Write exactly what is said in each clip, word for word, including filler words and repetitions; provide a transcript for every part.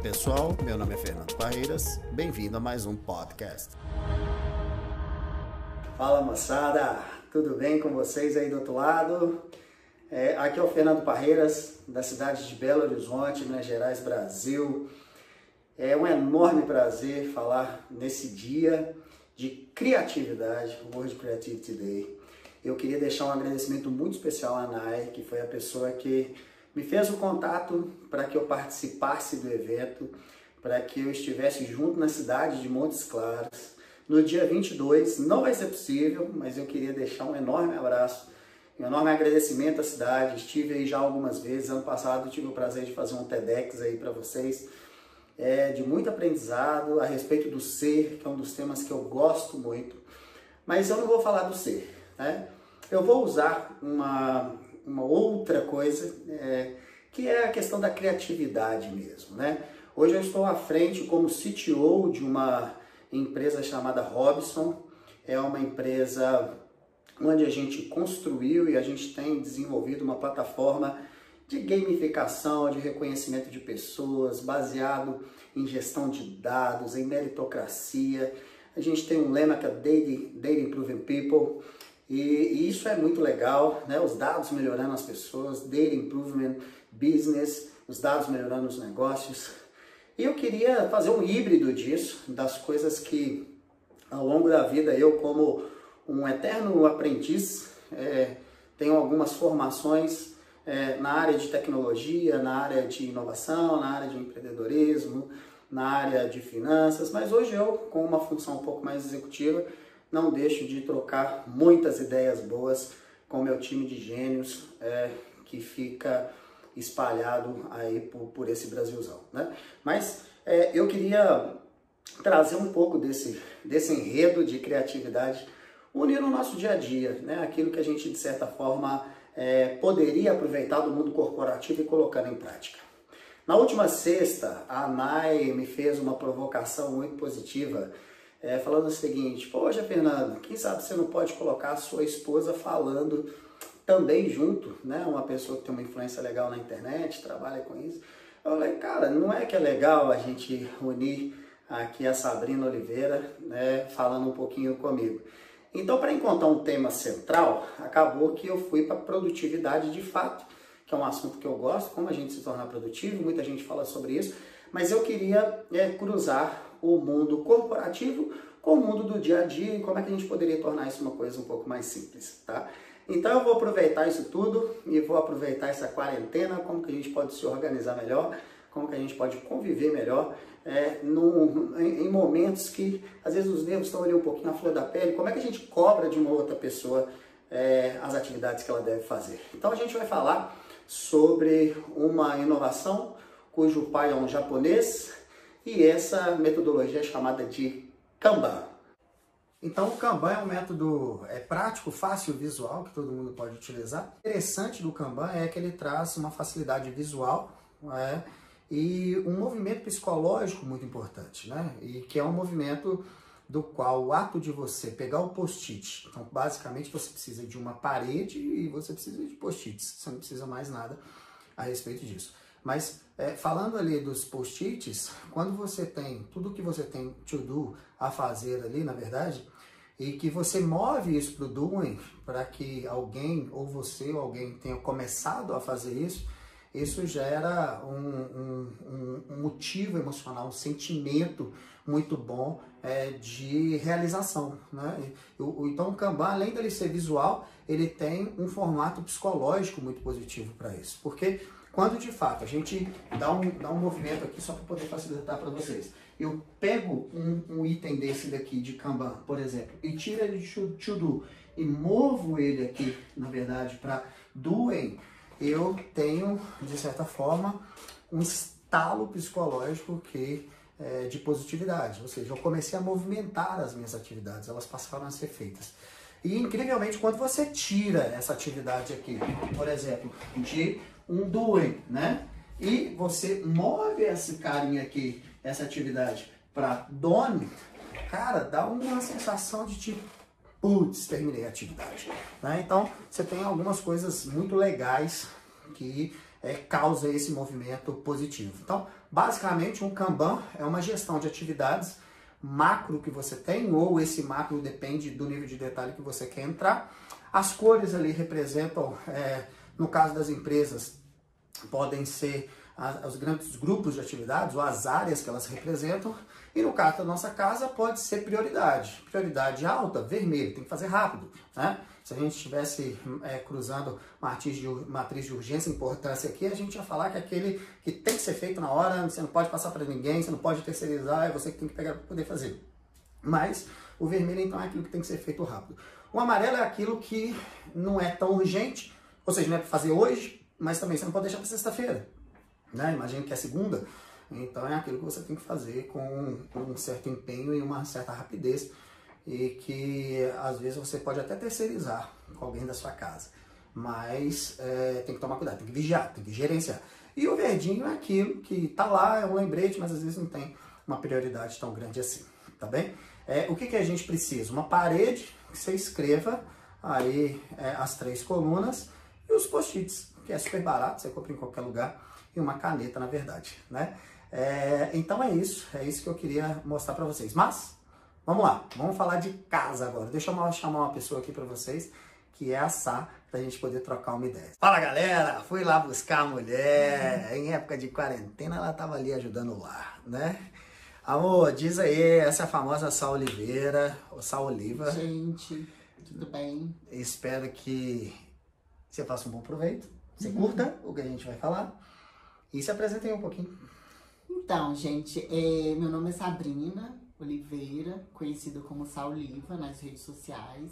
pessoal, meu nome é Fernando Parreiras, bem-vindo a mais um podcast. Fala moçada, tudo bem com vocês aí do outro lado? É, aqui é o Fernando Parreiras, da cidade de Belo Horizonte, Minas Gerais, Brasil. É um enorme prazer falar nesse dia de criatividade, World Creativity Day. Eu queria deixar um agradecimento muito especial à Nai, que foi a pessoa que me fez o contato para que eu participasse do evento, para que eu estivesse junto na cidade de Montes Claros. No dia vinte e dois, não vai ser possível, mas eu queria deixar um enorme abraço, um enorme agradecimento à cidade. Estive aí já algumas vezes, ano passado tive o prazer de fazer um TEDx aí para vocês, é, de muito aprendizado a respeito do ser, que é um dos temas que eu gosto muito. Mas eu não vou falar do ser, né? Eu vou usar uma... uma outra coisa, é, que é a questão da criatividade mesmo, né? Hoje eu estou à frente como C T O de uma empresa chamada Robson. É uma empresa onde a gente construiu e a gente tem desenvolvido uma plataforma de gamificação, de reconhecimento de pessoas, baseado em gestão de dados, em meritocracia. A gente tem um lema que é Data, Data Improving People. E, e isso é muito legal, né? Os dados melhorando as pessoas, Data Improvement Business, os dados melhorando os negócios. E eu queria fazer um híbrido disso, das coisas que ao longo da vida eu, como um eterno aprendiz, é, tenho algumas formações é, na área de tecnologia, na área de inovação, na área de empreendedorismo, na área de finanças, mas hoje eu, com uma função um pouco mais executiva, não deixo de trocar muitas ideias boas com o meu time de gênios é, que fica espalhado aí por, por esse Brasilzão, né? Mas é, eu queria trazer um pouco desse, desse enredo de criatividade, unir no nosso dia a dia, né? Aquilo que a gente, de certa forma, é, poderia aproveitar do mundo corporativo e colocar em prática. Na última sexta, a Nai me fez uma provocação muito positiva, É, falando o seguinte: poxa, Fernando, quem sabe você não pode colocar a sua esposa falando também junto, né? Uma pessoa que tem uma influência legal na internet, trabalha com isso. Eu falei, cara, não é que é legal a gente unir aqui a Sabrina Oliveira, né, falando um pouquinho comigo. Então, para encontrar um tema central, acabou que eu fui para produtividade de fato, que é um assunto que eu gosto, como a gente se tornar produtivo, muita gente fala sobre isso, mas eu queria é, cruzar o mundo corporativo com o mundo do dia a dia e como é que a gente poderia tornar isso uma coisa um pouco mais simples, tá? Então eu vou aproveitar isso tudo e vou aproveitar essa quarentena, como que a gente pode se organizar melhor, como que a gente pode conviver melhor é, no, em, em momentos que às vezes os nervos estão ali um pouquinho na flor da pele, como é que a gente cobra de uma outra pessoa é, as atividades que ela deve fazer. Então a gente vai falar sobre uma inovação cujo pai é um japonês, e essa metodologia é chamada de Kanban. Então o Kanban é um método é, prático, fácil, visual, que todo mundo pode utilizar. O interessante do Kanban é que ele traz uma facilidade visual é, e um movimento psicológico muito importante, né? E que é um movimento do qual o ato de você pegar o post-it, então basicamente você precisa de uma parede e você precisa de post-its, você não precisa mais nada a respeito disso. Mas é, falando ali dos post-its, quando você tem tudo que você tem to do a fazer ali, na verdade, e que você move isso para o doing, para que alguém, ou você ou alguém tenha começado a fazer isso, isso gera um, um, um motivo emocional, um sentimento muito bom é, de realização, né? E, o, então o Kanban, além dele ser visual, ele tem um formato psicológico muito positivo para isso, porque quando de fato a gente dá um, dá um movimento aqui, só para poder facilitar para vocês, eu pego um, um item desse daqui de Kanban, por exemplo, e tiro ele de to do e movo ele aqui, na verdade, para doing, eu tenho, de certa forma, um estalo psicológico que, é, de positividade, ou seja, eu comecei a movimentar as minhas atividades, elas passaram a ser feitas. E incrivelmente, quando você tira essa atividade aqui, por exemplo, de um doing, né? E você move esse carinha aqui, essa atividade, para done, cara, dá uma sensação de tipo, putz, terminei a atividade. Né? Então, você tem algumas coisas muito legais que é, causa esse movimento positivo. Então, basicamente, um Kanban é uma gestão de atividades macro que você tem, ou esse macro depende do nível de detalhe que você quer entrar. As cores ali representam, é, no caso das empresas, podem ser as, os grandes grupos de atividades ou as áreas que elas representam. E no caso da nossa casa pode ser prioridade. Prioridade alta, vermelho, tem que fazer rápido, né? Se a gente estivesse é, cruzando matriz de, matriz de urgência e importância aqui, a gente ia falar que aquele que tem que ser feito na hora, você não pode passar para ninguém, você não pode terceirizar, é você que tem que pegar para poder fazer. Mas o vermelho, então, é aquilo que tem que ser feito rápido. O amarelo é aquilo que não é tão urgente, ou seja, não é para fazer hoje, mas também você não pode deixar para sexta-feira, né? Imagina que é segunda, então é aquilo que você tem que fazer com, com um certo empenho e uma certa rapidez, e que às vezes você pode até terceirizar com alguém da sua casa, mas é, tem que tomar cuidado, tem que vigiar, tem que gerenciar. E o verdinho é aquilo que tá lá, é um lembrete, mas às vezes não tem uma prioridade tão grande assim, tá bem? É, o que, que a gente precisa? Uma parede que você escreva aí é, as três colunas e os post-its, que é super barato, você compra em qualquer lugar, e uma caneta, na verdade, né? É, então é isso, é isso que eu queria mostrar para vocês. Mas vamos lá, vamos falar de casa agora. Deixa eu chamar uma pessoa aqui para vocês, que é a Sá, pra gente poder trocar uma ideia. Fala, galera! Fui lá buscar a mulher. Em época de quarentena, ela tava ali ajudando lá, né? Amor, diz aí, essa é a famosa Sá Oliveira, ou Sá Oliva. Gente, tudo bem? Espero que você faça um bom proveito, você uhum. curta o que a gente vai falar e se apresente aí um pouquinho. Então, gente, é, meu nome é Sabrina Oliveira, conhecida como Sá Oliva nas redes sociais.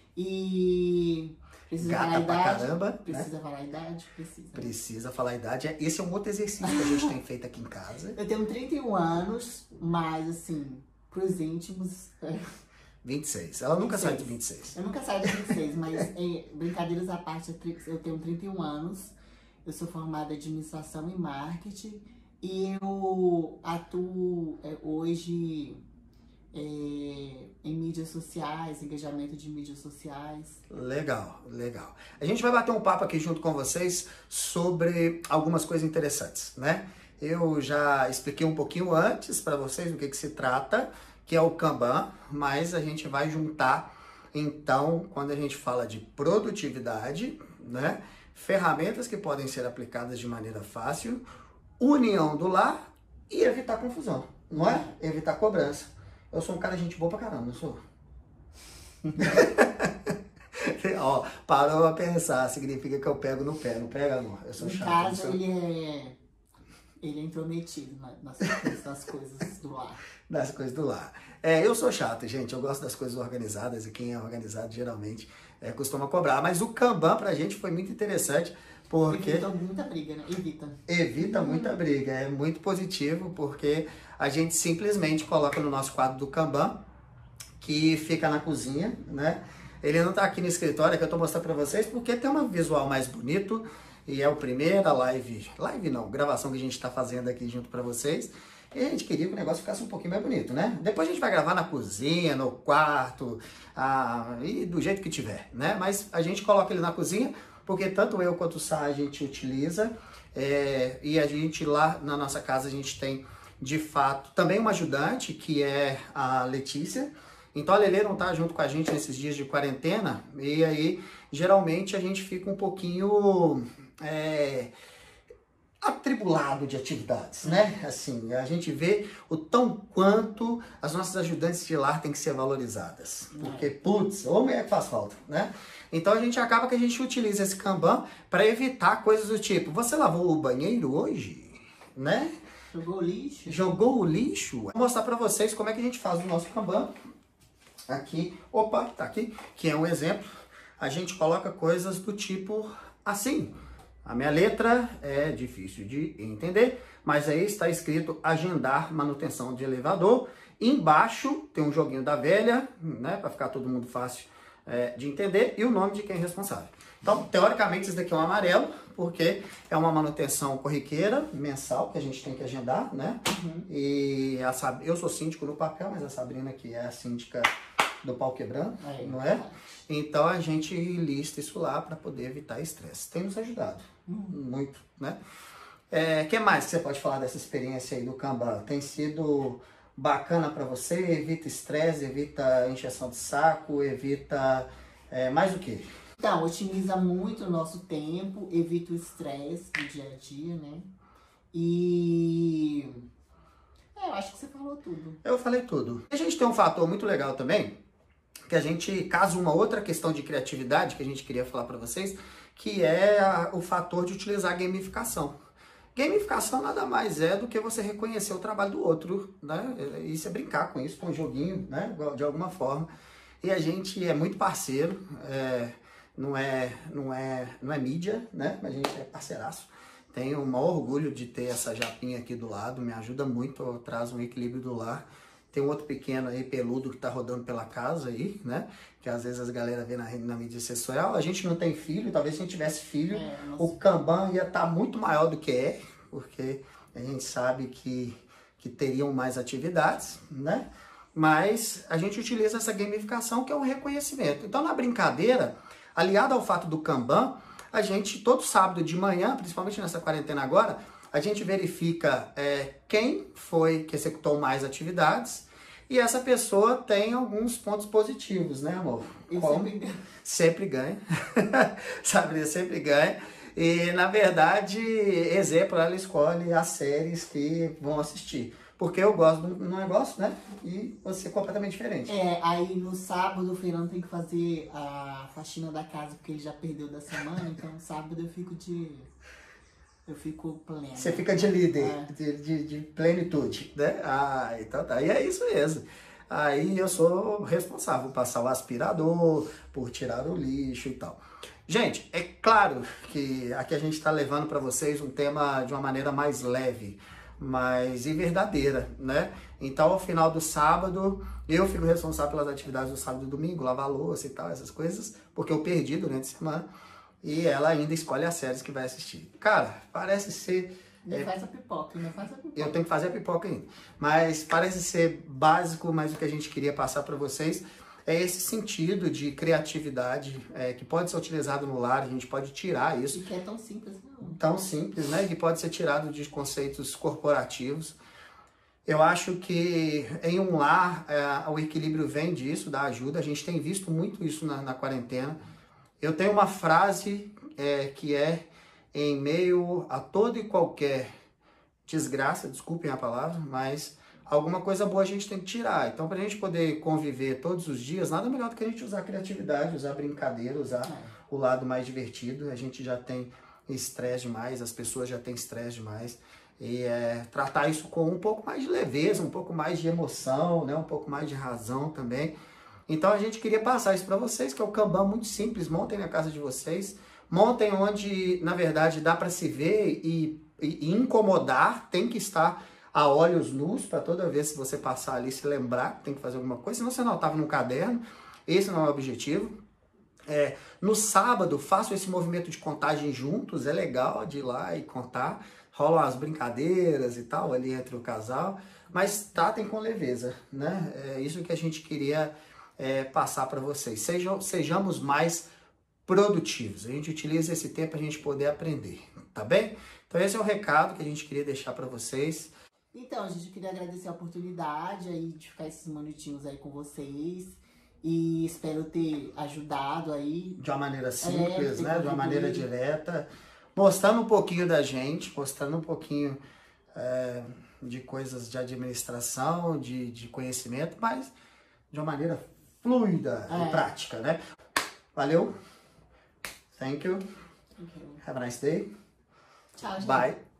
E precisa Gata falar a pra idade? caramba, Precisa né? falar a idade? Precisa. Precisa falar a idade. Esse é um outro exercício que a gente tem feito aqui em casa. Eu tenho trinta e um anos, mas assim, pros íntimos... vinte e seis. Ela nunca vinte e seis. sai de vinte e seis. Eu nunca saio de vinte e seis, mas é, brincadeiras à parte, eu tenho trinta e um anos. Eu sou formada em administração e marketing. E eu atuo é, hoje é, em mídias sociais, engajamento de mídias sociais. Legal, legal. A gente vai bater um papo aqui junto com vocês sobre algumas coisas interessantes, né? Eu já expliquei um pouquinho antes para vocês do que, que se trata, que é o Kanban, mas a gente vai juntar, então, quando a gente fala de produtividade, né? Ferramentas que podem ser aplicadas de maneira fácil, união do lar e evitar confusão, não é? Evitar cobrança. Eu sou um cara de gente boa pra caramba, não sou? Ó, parou a pensar, significa que eu pego no pé, não pega, amor? Eu sou chato. Em casa, sou... ele é... Ele é intrometido nas, nas coisas do lar. Das coisas do lar. É, eu sou chato, gente. Eu gosto das coisas organizadas e quem é organizado geralmente é, costuma cobrar. Mas o Kanban pra gente foi muito interessante porque... Evita muita briga, né? Evita. Evita muita briga. É muito positivo porque a gente simplesmente coloca no nosso quadro do Kanban, que fica na cozinha, né? Ele não tá aqui no escritório, que eu tô mostrando pra vocês, porque tem um visual mais bonito. E é o primeiro, a live, live não, gravação que a gente tá fazendo aqui junto pra vocês. E a gente queria que o negócio ficasse um pouquinho mais bonito, né? Depois a gente vai gravar na cozinha, no quarto, ah, e do jeito que tiver, né? Mas a gente coloca ele na cozinha, porque tanto eu quanto o Sá a gente utiliza. É, e a gente lá na nossa casa a gente tem, de fato, também uma ajudante, que é a Letícia. Então a Lelê não tá junto com a gente nesses dias de quarentena, e aí geralmente a gente fica um pouquinho... É, atribulado de atividades, né? Assim, a gente vê o tão quanto as nossas ajudantes de lar têm que ser valorizadas. Porque, putz, ô mulher que faz falta, né? Então a gente acaba que a gente utiliza esse Kanban para evitar coisas do tipo, você lavou o banheiro hoje? Né? Jogou o lixo? Jogou o lixo? Vou mostrar para vocês como é que a gente faz o nosso Kanban. Aqui, opa, tá aqui, que é um exemplo. A gente coloca coisas do tipo assim. A minha letra é difícil de entender, mas aí está escrito agendar manutenção de elevador. Embaixo tem um joguinho da velha, né, para ficar todo mundo fácil é, de entender, e o nome de quem é responsável. Então, teoricamente, isso daqui é um amarelo, porque é uma manutenção corriqueira, mensal, que a gente tem que agendar, né? Uhum. E a Sab... eu sou síndico no papel, mas a Sabrina, que é a síndica do pau quebrando, É, não é? verdade. Então a gente lista isso lá para poder evitar estresse. Tem nos ajudado Uhum. muito, né? É, que mais que você pode falar dessa experiência aí do Kanban? Tem sido bacana para você? Evita estresse, evita encheção de saco, evita é, mais o quê? Então, otimiza muito o nosso tempo, evita o estresse do dia a dia, né? E... É, eu acho que você falou tudo. Eu falei tudo. A gente tem um fator muito legal também, que a gente casa uma outra questão de criatividade que a gente queria falar para vocês, que é a, o fator de utilizar a gamificação. Gamificação nada mais é do que você reconhecer o trabalho do outro, né? E você brincar com isso, com um joguinho, né? De alguma forma. E a gente é muito parceiro, é, não, é, não, é, não é mídia, né? Mas a gente é parceiraço. Tenho o maior orgulho de ter essa japinha aqui do lado, me ajuda muito, traz um equilíbrio do lar. Tem um outro pequeno aí, peludo, que tá rodando pela casa aí, né? Que às vezes as galera vê na, na mídia social. A gente não tem filho, talvez se a gente tivesse filho, É, o Kanban ia estar tá muito maior do que é, porque a gente sabe que, que teriam mais atividades, né? Mas a gente utiliza essa gamificação, que é um reconhecimento. Então, na brincadeira, aliado ao fato do Kanban, a gente, todo sábado de manhã, principalmente nessa quarentena agora, a gente verifica é, quem foi que executou mais atividades e essa pessoa tem alguns pontos positivos, né, amor? Eu Como? sempre ganho. Sempre ganha. Sabrina sempre ganha. E, na verdade, exemplo, ela escolhe as séries que vão assistir. Porque eu gosto de um negócio, né? E você é completamente diferente. É, aí no sábado o Fernando tem que fazer a faxina da casa, porque ele já perdeu da semana, então no sábado eu fico de... Eu fico plena. Você fica de líder, É. de, de, de plenitude, né? Ah, então tá. E é isso mesmo. Aí eu sou responsável por passar o aspirador, por tirar o lixo e tal. Gente, é claro que aqui a gente está levando para vocês um tema de uma maneira mais leve, mas e verdadeira, né? Então, ao final do sábado, eu fico responsável pelas atividades do sábado e domingo, lavar louça e tal, essas coisas, porque eu perdi durante a semana. E ela ainda escolhe as séries que vai assistir. Cara, parece ser... Não é, faz a pipoca, não faz a pipoca. eu tenho que fazer a pipoca ainda. Mas parece ser básico, mas o que a gente queria passar para vocês é esse sentido de criatividade é, que pode ser utilizado no lar, a gente pode tirar isso. E que é tão simples, não. Tão simples, né? Que pode ser tirado de conceitos corporativos. Eu acho que em um lar é, o equilíbrio vem disso, da ajuda. A gente tem visto muito isso na, na quarentena. Eu tenho uma frase é, que é: em meio a toda e qualquer desgraça, desculpem a palavra, mas alguma coisa boa a gente tem que tirar. Então, para a gente poder conviver todos os dias, nada melhor do que a gente usar a criatividade, usar a brincadeira, usar É. o lado mais divertido. A gente já tem estresse demais, as pessoas já têm estresse demais. E é, tratar isso com um pouco mais de leveza, um pouco mais de emoção, né? Um pouco mais de razão também. Então a gente queria passar isso para vocês, que é o Kanban muito simples. Montem na casa de vocês, montem onde, na verdade, dá para se ver e, e, e incomodar, tem que estar a olhos nus, para toda vez que você passar ali se lembrar que tem que fazer alguma coisa, senão você anotava no caderno. Esse não é o objetivo. É, no sábado, façam esse movimento de contagem juntos, é legal de ir lá e contar. Rolam as brincadeiras e tal ali entre o casal, mas tratem com leveza, né? É isso que a gente queria é, passar para vocês. Sejam, sejamos mais produtivos. A gente utiliza esse tempo para a gente poder aprender, tá bem? Então esse é o recado que a gente queria deixar para vocês. Então, gente, eu queria agradecer a oportunidade aí de ficar esses minutinhos aí com vocês. E espero ter ajudado aí. De uma maneira simples, é, né? De uma maneira direta. Mostrando um pouquinho da gente, mostrando um pouquinho é, de coisas de administração, de, de conhecimento, mas de uma maneira fluida é. e prática, né? Valeu. Thank you. Okay. Have a nice day. Tchau, gente. Bye.